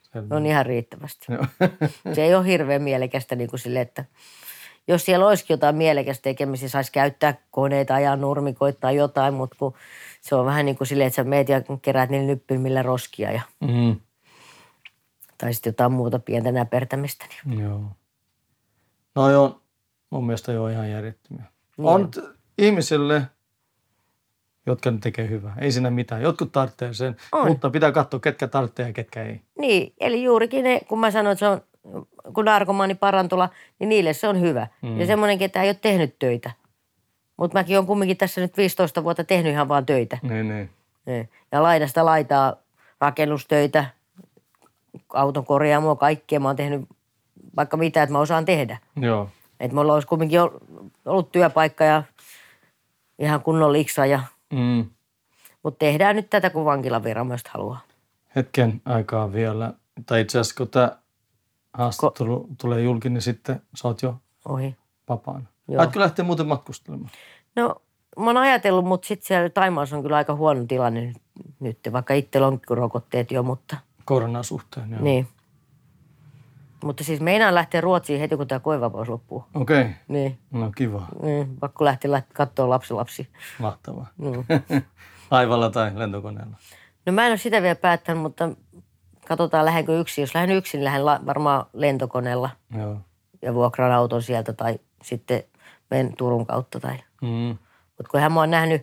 On ihan riittävästi. Joo. Se ei ole hirveän mielekästä niin kuin sille, että jos siellä olisikin jotain mielekästä tekemisiä, saisi käyttää koneita, ajaa nurmikoita tai jotain, mutta kun se on vähän niin kuin silleen, että sä meet ja keräät niillä nyppymillä roskia ja tai sitten jotain muuta pientä näpertämistä. Niin. Joo. No joo, mun mielestä joo ihan järjettömiä. Niin. On ihmisille, jotka ne tekee hyvää. Ei siinä mitään. Jotkut tarvitsee sen, mutta pitää katsoa, ketkä tarvitsee ja ketkä ei. Niin, eli juurikin ne, kun mä sanoin, että se on, kun narkomaani parantola, niin niille se on hyvä. Ja semmoinen, ketä ei ole tehnyt töitä. Mutta mäkin olen kumminkin tässä nyt 15 vuotta tehnyt ihan vaan töitä. Niin. Ja laidasta laitaa rakennustöitä, auton korjaamoa, kaikkea. Mä oon tehnyt vaikka mitä, että mä osaan tehdä. Joo. Että mulla olisi kumminkin ollut työpaikka ja ihan kunnon liksa. Mutta tehdään nyt tätä, kun vankilaviranomaiset haluaa. Hetken aikaa vielä. Tai itse asiassa, kun tämä haastattelu tulee julki, niin sitten sä oot jo Ohi. vapaana. Joo. Aitko lähteä muuten matkustelemaan? No, mä oon ajatellut, mutta sitten siellä Taimaassa on kyllä aika huono tilanne nyt, vaikka itsellä on rokotteet jo, mutta... Koronan suhteen, joo. Niin. Mutta siis meinaan lähteä Ruotsiin heti, kun tämä koevapaus loppuu. Okei. Niin. No kiva. Niin, pakko lähteä katsoa lapsi. Mahtavaa. Mm. Laivalla tai lentokoneella? No mä en ole sitä vielä päättänyt, mutta katsotaan lähdenkö yksin. Jos lähden yksin, lähden varmaan lentokoneella Joo. ja vuokraan auton sieltä tai sitten menen Turun kautta. Mutta kun mä oon nähnyt,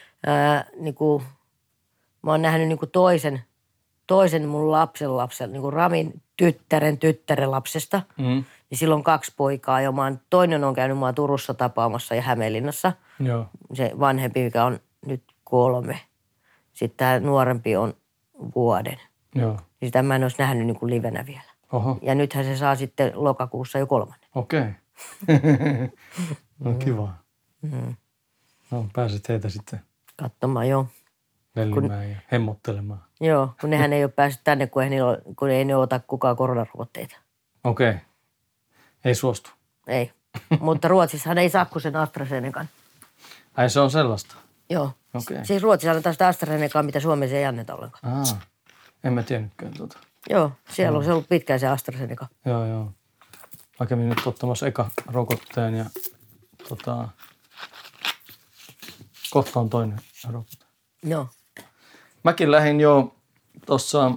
niinku toisen mun lapsen, niinku Ramin tyttären lapsesta, niin silloin 2 poikaa jo. Toinen on käynyt mua Turussa tapaamassa ja Hämeenlinnassa. Joo. Se vanhempi, mikä on nyt 3. Sitten tämä nuorempi on vuoden. Joo. Niin sitä mä en olisi nähnyt niin kuin livenä vielä. Oho. Ja nythän se saa sitten lokakuussa jo 3. Okei. No kiva. No pääset heitä sitten Katsomaan, joo. lellimään ja hemmottelemaan. Joo, kun nehän ei ole päässyt tänne, kun ei ne ota kukaan koronarokotteita. Okei. Ei suostu. Ei. Mutta Ruotsissahan ei saa kuin sen AstraZenecan. Ai se on sellaista? Joo. Okei. Siis Ruotsissa annetaan sitä AstraZenecaa, mitä Suomessa ei anneta ollenkaan. En mä tiennytkään tuota. Joo, siellä on se ollut pitkään se AstraZeneca. Joo. Mä kävin nyt ottamassa eka rokotteen ja kohta on toinen rokote. Joo. Mäkin lähdin jo tuossa,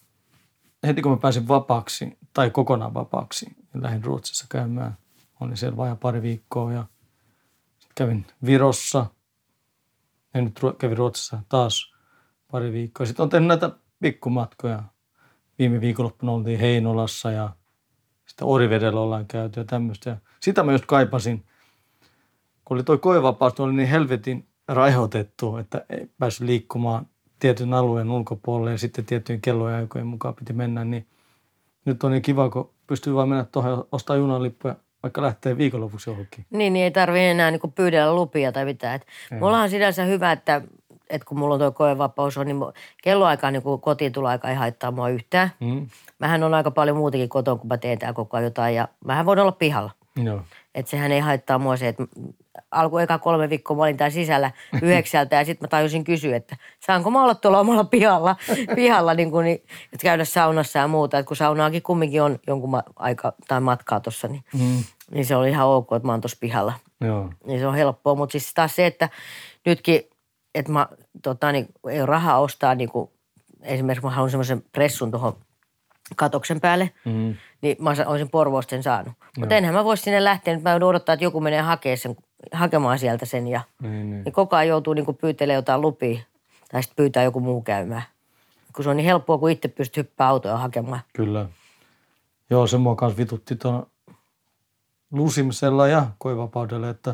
heti kun mä pääsin vapaaksi, tai kokonaan vapaaksi, niin lähdin Ruotsissa käymään. Olin siellä vajaa pari viikkoa ja sitten kävin Virossa. Ja nyt kävin Ruotsissa taas pari viikkoa. Sitten on tehnyt näitä pikkumatkoja. Viime viikonloppuna oltiin Heinolassa ja sitten Orivedellä ollaan käyty ja tämmöistä. Ja sitä mä just kaipasin, kun oli toi koevapaus, oli niin helvetin rajoitettu, että ei päässyt liikkumaan tietyn alueen ulkopuolelle ja sitten tiettyjen kellojen aikojen mukaan piti mennä. Niin nyt on niin kiva, kun pystyy vaan mennä tuohon ja ostaa junalippuja, vaikka lähtee viikonlopuksi johonkin. Niin ei tarvitse enää niinku pyydellä lupia tai mitään. Mulla on sinänsä hyvä, että kun mulla on tuo koevapaus on, niin kelloaikaan niin kotiin tuloaika ei haittaa mua yhtään. Mähän on aika paljon muutakin kotona, kun mä teen täällä koko ajan jotain ja mähän voin olla pihalla. Joo. Että sehän ei haittaa mua se, että alkoi eka 3 viikkoa, mä olin täällä sisällä 9 ja sitten mä tajusin kysyä, että saanko mä olla tuolla omalla pihalla niin että käydä saunassa ja muuta. Että kun saunaakin kumminkin on jonkun aika tai matkaa tuossa, niin se oli ihan ok, että mä oon tuossa pihalla. Joo. Niin se on helppoa, mutta siis taas se, että nytkin, että mä ei ole rahaa ostaa niin kuin, esimerkiksi mä haluan semmoisen pressun tuohon katoksen päälle, niin mä olisin Porvoosta sen saanut. Mutta enhän mä voisi sinne lähteä, nyt mä joudun odottaa, että joku menee hakemaan sieltä sen ja niin koko ajan joutuu niin kuin pyytelemään jotain lupia tai sitten pyytää joku muu käymään. Kun se on niin helppoa, kun itse pystyy hyppää autoa hakemaan. Kyllä. Joo, se mua kanssa vitutti tuon lusimisella ja koevapaudella, että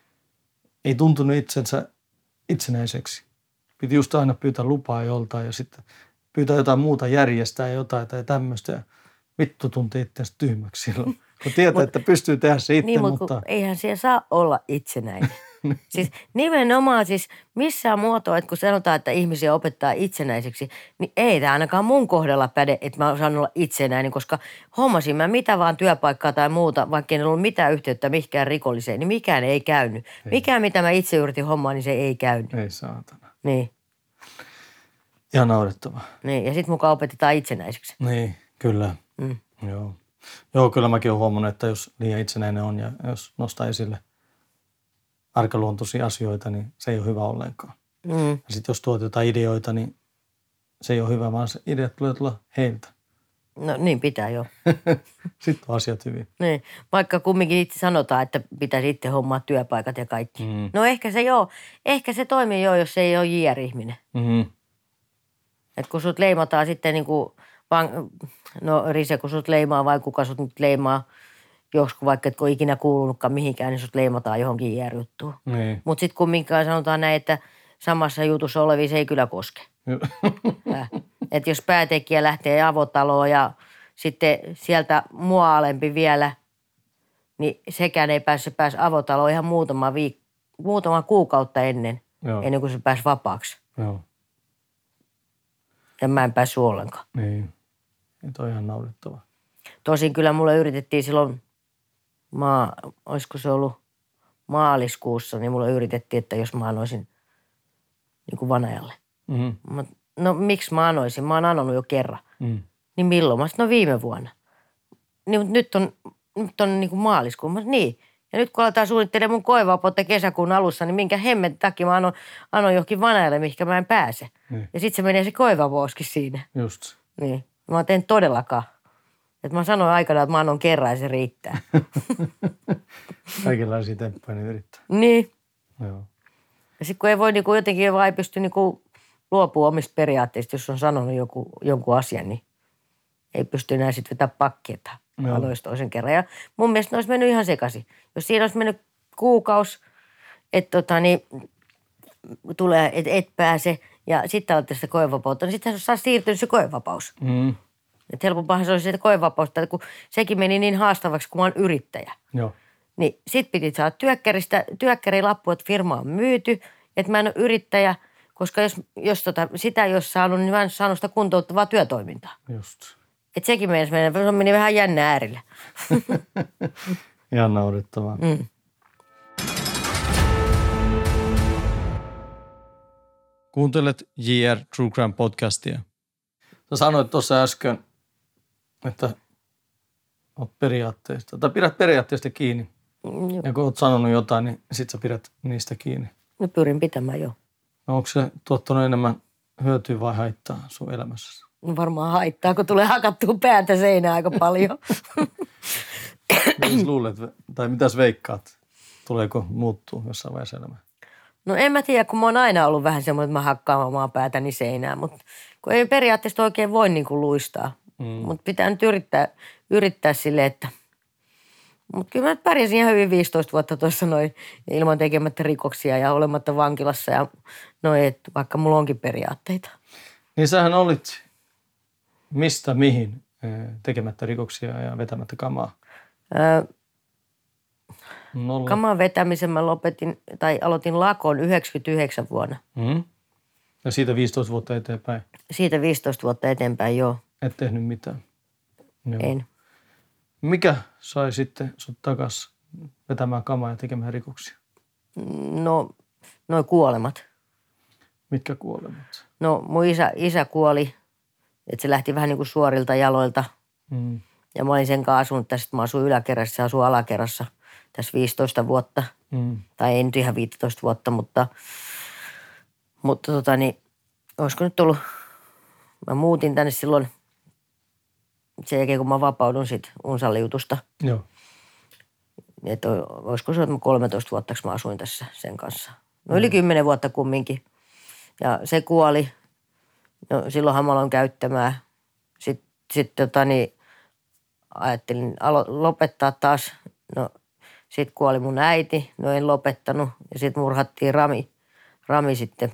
ei tuntunut itsensä itsenäiseksi. Piti just aina pyytää lupaa joltain ja sitten pyytää jotain muuta järjestää jotain tai tämmöistä. Ja vittu tunti itseänsä tyhmäksi silloin. Kun tietää, että pystyy tehdä se itse, niin, mutta... eihän siellä saa olla itsenäinen. Siis nimenomaan siis missään muotoa, että kun sanotaan, että ihmisiä opettaa itsenäiseksi, niin ei tämä ainakaan mun kohdalla päde, että mä saan olla itsenäinen, koska hommasin mä mitä vaan työpaikkaa tai muuta, vaikka ei ollut mitään yhteyttä mihinkään rikolliseen, niin mikään ei käynyt. Ei. Mikään, mitä mä itse yritin hommaa, niin se ei käynyt. Ei saatana. Niin. Ihan naurettavaa. Niin, ja sitten mukaan opetetaan itsenäiseksi. Niin, Kyllä, joo. Joo, kyllä mäkin olen huomannut, että jos liian itsenäinen on ja jos nostaa esille arkaluontoisia asioita, niin se ei ole hyvä ollenkaan. Ja sitten jos tuot jotain ideoita, niin se ei ole hyvä, vaan se ideat tulee tulla heiltä. No niin pitää jo. Sitten on asiat hyvin. Niin, vaikka kumminkin itse sanotaan, että pitäisi itse hommaa työpaikat ja kaikki. No ehkä se toimii jo, jos se ei ole JR-ihminen. Että kun sut leimataan sitten niin kuin, no Rise, kun sut leimaa vai kuka sut nyt leimaa joskus, vaikka et ole ikinä kuulunutkaan mihinkään, niin sut leimataan johonkin JR-juttuun. Niin. Mutta sitten kumminkaan sanotaan näin, että samassa jutussa olevia se ei kyllä koske. Että jos päätekijä lähtee avotaloon ja sitten sieltä mua alempi vielä, niin sekään ei pääse avotaloon ihan muutama kuukautta ennen kuin se pääsi vapaaksi. Joo. Ja mä en päässyt ollenkaan. Niin. Toi on ihan naurettava. Tosin kyllä mulle yritettiin silloin, olisiko se ollut maaliskuussa, niin mulle yritettiin, että jos mä anoisin niin kuin vanajalle. No miksi mä anoisin? Mä oon anonut jo kerran. Niin milloin? Mä sanoin, no viime vuonna. Niin, nyt on niin kuin maaliskuun. Mä sanoin, niin. Ja nyt kun aletaan suunnittelemaan mun koevapautta kesäkuun alussa, niin minkä hemmen takia mä anon johonkin vanajalle, mihinkä mä en pääse. Niin. Ja sitten se menee se koevapauskin siinä. Just. Niin. Mä en todellakaan. Että mä sanoin aikanaan, että mä annan kerran ja se riittää. Kaikenlaisia temppuja niin yrittää. Niin. Joo. Ja sitten kun ei voi niinku jotenkin vaan ei pysty niinku luopua omista periaatteista, jos on sanonut jonkun asian, niin ei pysty enää sitten vetää pakkia, että aloisi toisen kerran. Ja mun mielestä ne olisi mennyt ihan sekaisin. Jos siinä olisi mennyt kuukausi, että tulee, et pääse ja sitten aloitte sitä koevapautta, niin sitten saa siirtynyt se koevapaus. Että helpompaahan se olisi sitä koevapausta, kun sekin meni niin haastavaksi, kun mä oon yrittäjä. Joo. Niin sit piti saada työkkärilappu, että firma on myyty, että mä en ole yrittäjä, koska jos sitä ei olisi saanut, niin mä en saanut sitä kuntouttavaa työtoimintaa. Just. Että sekin meni vähän jännä äärillä. Ihan naurettavaa. Kuuntelet JR True Crime podcastia. Sä sanoit tuossa äsken, että oot periaatteista, tai pidät periaatteesta kiinni. Ja kun oot sanonut jotain, niin sit sä pidät niistä kiinni. No pyrin pitämään jo. No onko se tuottanut enemmän hyötyä vai haittaa sun elämässä? No varmaan haittaa, kun tulee hakattua päätä seinään aika paljon. Mitäs luulet, tai mitäs veikkaat? Tuleeko muuttuu jossain vaiheessa elämää? No en mä tiedä, kun mä oon aina ollut vähän semmoinen, että mä hakkaan omaa päätäni seinään, mutta kun ei periaatteessa oikein voi niin kuin luistaa. Mutta pitää nyt yrittää silleen, että... Mutta kyllä mä pärjäsin ihan hyvin 15 vuotta tuossa noin ilman tekemättä rikoksia ja olematta vankilassa ja noin, että vaikka mulla onkin periaatteita. Niin sähän olit mistä mihin tekemättä rikoksia ja vetämättä kamaa? Kaman vetämisen mä aloitin lakon 99 vuonna. Ja siitä 15 vuotta eteenpäin? Siitä 15 vuotta eteenpäin, joo. Et tehnyt mitään? Joo. En. Mikä sai sitten sut takas vetämään kamaa ja tekemään rikoksia? No, noi kuolemat. Mitkä kuolemat? No, mun isä kuoli, että se lähti vähän niin kuin suorilta jaloilta. Ja mä olin sen kanssa asunut tässä, mä asuin yläkerrassa, se asui alakerrassa tässä 15 vuotta. Tai ei nyt ihan 15 vuotta, mutta olisiko nyt ollut, mä muutin tänne silloin sen jälkeen, kun mä vapaudun sit Unsalli-jutusta. Joo. Että olisiko se, että 13 vuotta mä asuin tässä sen kanssa. No yli 10 vuotta kumminkin. Ja se kuoli. No silloinhan mä aloin käyttämään. Sitten ajattelin lopettaa taas. No sitten kuoli mun äiti. No en lopettanut. Ja sitten murhattiin Rami sitten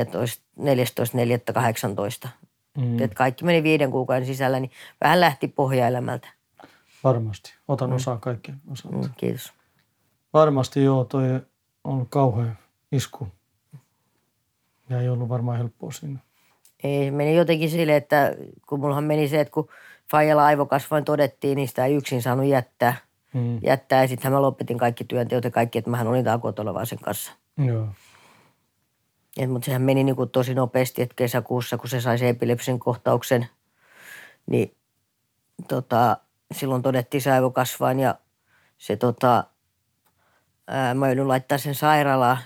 14.4.18. Että kaikki meni 5 kuukauden sisällä, niin vähän lähti pohjaelämältä. Varmasti. Otan osaa kaikkien osalta. Kiitos. Varmasti joo, toi on kauhea isku. Ja ei ollut varmaan helppoa siinä. Ei, meni jotenkin silleen, että kun mullahan meni se, että kun faijalla aivokasvain todettiin, niin sitä ei yksin saanut jättää. Ja sittenhän mä lopetin kaikki työnteot ja kaikki, että mähän olin täällä kotona vaan sen kanssa. Joo. Mutta sehän meni niin kuin tosi nopeasti, että kesäkuussa, kun se sai se epilepsin kohtauksen, niin silloin todettiin se aivokasvain ja se mä joudun laittaa sen sairaalaan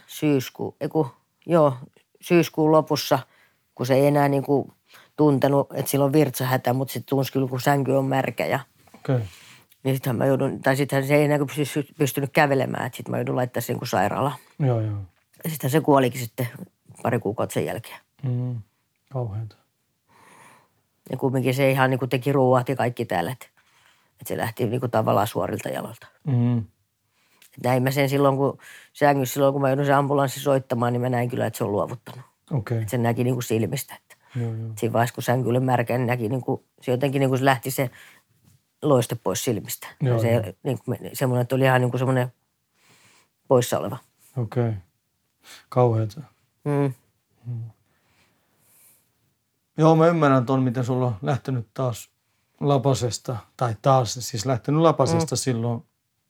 syyskuun lopussa, kun se ei enää niin kuin tuntenut, että sillä on virtsahätä, mutta sitten tunsi kyllä, kun sänky on märkä. Ja, niin sittenhän se ei enää pystynyt kävelemään, että sitten mä joudun laittaa sen sairaalaan. Joo. Ja sitten se kuolikin sitten pari kuukautta sen jälkeen. Kauheeta. Ja kumminkin se ihan niin kuin teki ruuat ja kaikki täällä, että se lähti niin kuin tavallaan suorilta jaloilta. Näin mä sen silloin, kun mä joudun sen ambulanssi soittamaan, niin mä näin kyllä, että se on luovuttanut. Okei. Sen näki niin kuin silmistä. Että Joo. siinä vaiheessa, kun sänky oli märkä, niin näki niin kuin, se jotenkin niin kuin se lähti se loiste pois silmistä. Joo, se niin kuin, semmoinen, että oli ihan niin kuin semmoinen poissa oleva. Okei. Kauheeta. Joo, mä ymmärrän ton, miten sulla on lähtenyt taas lapasesta, lähtenyt lapasesta silloin.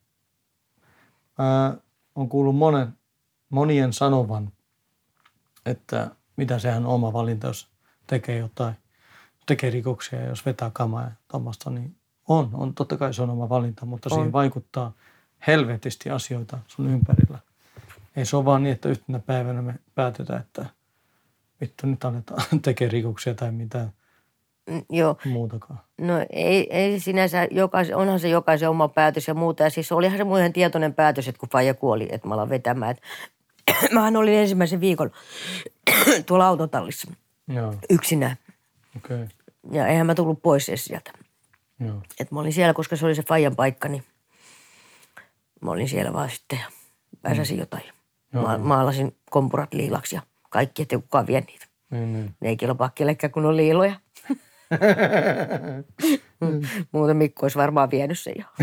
On kuullut monien sanovan, että mitä sehän on oma valinta, jos tekee rikoksia ja jos vetää kamaa ja tuommoista, niin on totta kai se on oma valinta, mutta siihen vaikuttaa helvetisti asioita sun ympärillä. Ei se ole vaan niin, että yhtenä päivänä me päätetään, että vittu nyt aletaan tekemään rikoksia tai mitään muutakaan. No ei sinänsä, onhan se jokaisen oma päätös ja muuta. Ja siis olihan se mun ihan tietoinen päätös, että kun faija kuoli, että mä alan vetämään. Mähän olin ensimmäisen viikon tuolla autotallissa yksinään. Okay. Ja eihän mä tullut pois edes sieltä. Joo. Että mä olin siellä, koska se oli se faijan paikka, niin mä olin siellä vaan sitten ja pääsäsin jotain. Maalasin kompurat liilaksi ja kaikki, ettei kukaan vie niitä. Niin. Ne ei kelpaa kellekään, kun on liiloja. Muuten Mikko olisi varmaan vienyt sen jo.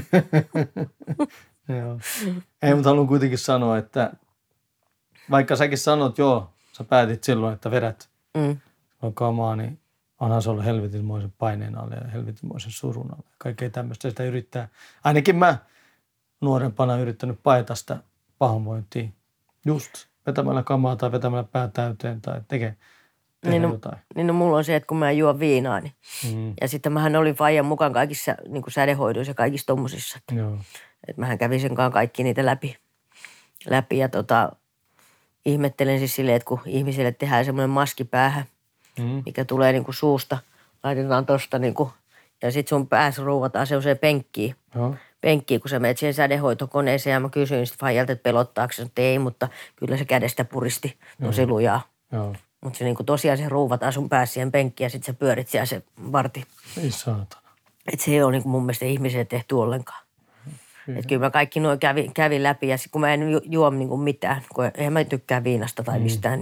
Joo. Ei, mutta haluan kuitenkin sanoa, että vaikka säkin sanot, sä päätit silloin, että vedät kamaa, niin onhan se ollut helvetinmoisen paineen alle ja helvetinmoisen surun alle. Kaikkea tämmöistä sitä yrittää. Ainakin mä nuorempana yrittänyt paeta sitä pahoinvointia just vetämällä kamaa tai vetämällä pää täyteen tai tehdä jotain. Niin mulla on se, että kun mä juon viinaa, niin ja sitten mähän olin faijan mukaan kaikissa niin kuin sädehoidoissa ja kaikissa tommosissa. Että mähän kävin sen kanssa kaikki niitä läpi ja ihmettelen siis silleen, että kun ihmisille tehdään semmoinen maski päähän, mikä tulee niin kuin suusta, laitetaan tosta niin kuin, ja sitten sun päässä ruuvataan sellaiseen penkkiin, kun sä menet siihen sädehoitokoneeseen ja mä kysyin sitten faijalta, että pelottaako se, että ei, mutta kyllä se kädestä puristi tosi lujaa. Mutta se niinku tosiaan se ruuvataan sun päässä siihen penkkiin ja sitten sä pyörit siellä se varti. Ei saatana. Että se ei ole niinku mun mielestä ihmiselle tehty ollenkaan. Että kyllä mä kaikki noin kävin läpi ja kun mä en juo niinku mitään, kun eihän mä tykkää viinasta tai mistään,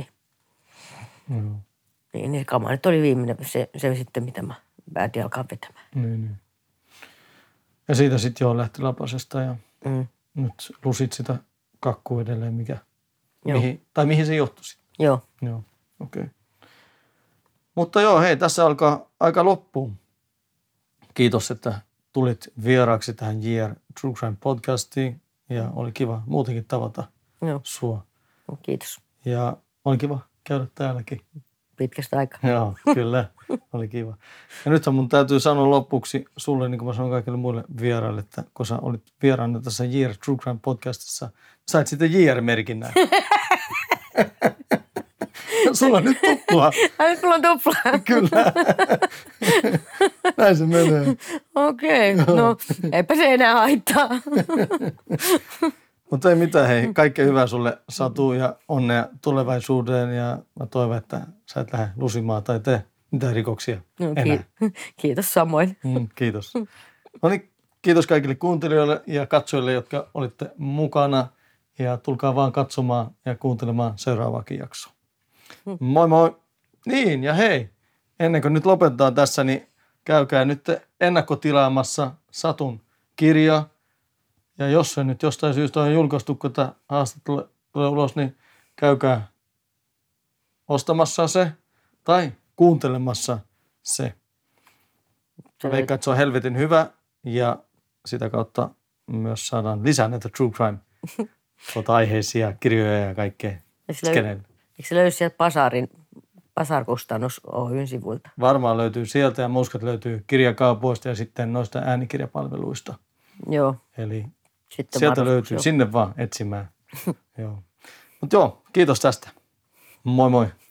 niin kama nyt oli viimeinen se sitten, mitä mä päätin alkaa vetämään. Niin. Ja siitä sitten lähti lapasesta ja nyt lusit sitä kakkua edelleen, mihin se johtui sitten. Joo, okei. Mutta hei, tässä alkaa aika loppuun. Kiitos, että tulit vieraaksi tähän JR True Crime podcastiin ja oli kiva muutenkin tavata sua. Kiitos. Ja oli kiva käydä täälläkin. Pitkästä aikaa. Joo, kyllä. Oli kiva. Ja nythän mun täytyy sanoa lopuksi sulle, niin kuin mä sanon kaikille muille vieraille, että kun sä olit vieraana tässä JR True Crime podcastissa, sait sitten JR-merkinnän. Sulla on nyt tuplaa. Nyt mulla on tuplaa. Kyllä. Näin se menee. Okei. No eipä se enää haittaa. Mutta ei mitään, hei. Kaikkea hyvää sulle Satu ja onnea tulevaisuuteen ja mä toivon, että sä et lähde lusimaan tai tee mitään rikoksia enää. Kiitos samoin. Kiitos. No niin, kiitos kaikille kuuntelijoille ja katsojille, jotka olitte mukana ja tulkaa vaan katsomaan ja kuuntelemaan seuraavaakin jaksoa. Moi moi. Niin ja hei, ennen kuin nyt lopetetaan tässä, niin käykää nyt ennakkotilaamassa Satun kirja. Ja jos se nyt jostain syystä on julkaistu, kun tämä haastattelu tulee ulos, niin käykää ostamassa se tai kuuntelemassa se. Veikkaan, että se on helvetin hyvä ja sitä kautta myös saadaan lisää näitä True Crime aiheisia kirjoja ja kaikkea skeneille. Eikö se löydy sieltä Pasar-kustannus Oyn sivuilta. Varmaan löytyy sieltä ja muskat löytyy kirjakaupoista ja sitten noista äänikirjapalveluista. Joo. Eli Sitten sieltä varustus, löytyy, joo. sinne vaan etsimään. Joo. Mutta joo, kiitos tästä. Moi moi.